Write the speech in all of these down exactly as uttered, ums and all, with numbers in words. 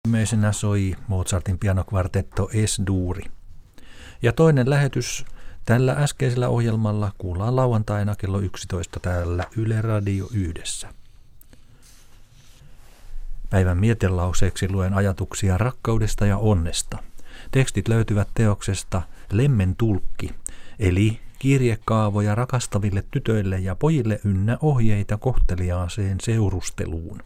Ensimmäisenä soi Mozartin pianokvartetto Es-duuri. Ja toinen lähetys tällä äskeisellä ohjelmalla kuullaan lauantaina kello yksitoista täällä Yle Radio yhdessä. Päivän mietelauseeksi luen ajatuksia rakkaudesta ja onnesta. Tekstit löytyvät teoksesta Lemmen tulkki, eli kirjekaavoja rakastaville tytöille ja pojille ynnä ohjeita kohteliaaseen seurusteluun.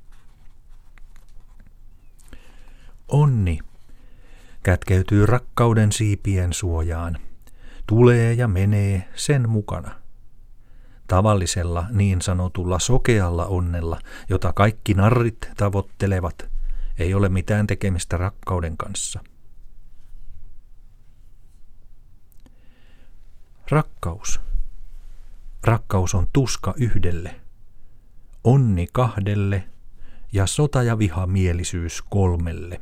Onni kätkeytyy rakkauden siipien suojaan. Tulee ja menee sen mukana. Tavallisella niin sanotulla sokealla onnella, jota kaikki narrit tavoittelevat, ei ole mitään tekemistä rakkauden kanssa. Rakkaus. Rakkaus on tuska yhdelle, onni kahdelle ja sota ja vihamielisyys kolmelle.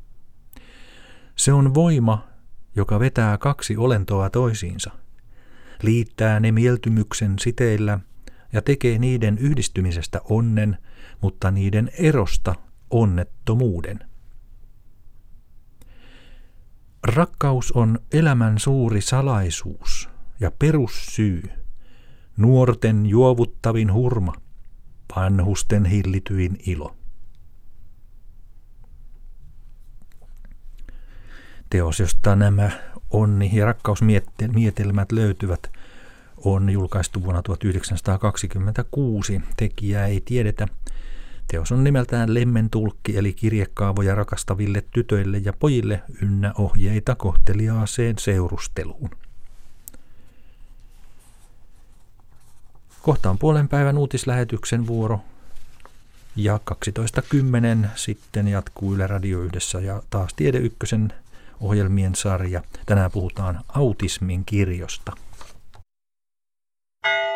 Se on voima, joka vetää kaksi olentoa toisiinsa, liittää ne mieltymyksen siteillä ja tekee niiden yhdistymisestä onnen, mutta niiden erosta onnettomuuden. Rakkaus on elämän suuri salaisuus ja perussyy, nuorten juovuttavin hurma, vanhusten hillityin ilo. Teos, josta nämä onni- ja rakkausmietelmät löytyvät, on julkaistu vuonna tuhatyhdeksänsataakaksikymmentäkuusi. Tekijää ei tiedetä. Teos on nimeltään Lemmen tulkki, eli kirjekaavoja rakastaville tytöille ja pojille ynnä ohjeita kohteliaaseen seurusteluun. Kohta on puolen päivän uutislähetyksen vuoro ja kaksitoista kymmenen sitten jatkuu Yle Radio yhdessä ja taas Tiede Ykkösen ohjelmien sarja. Tänään puhutaan autismin kirjosta.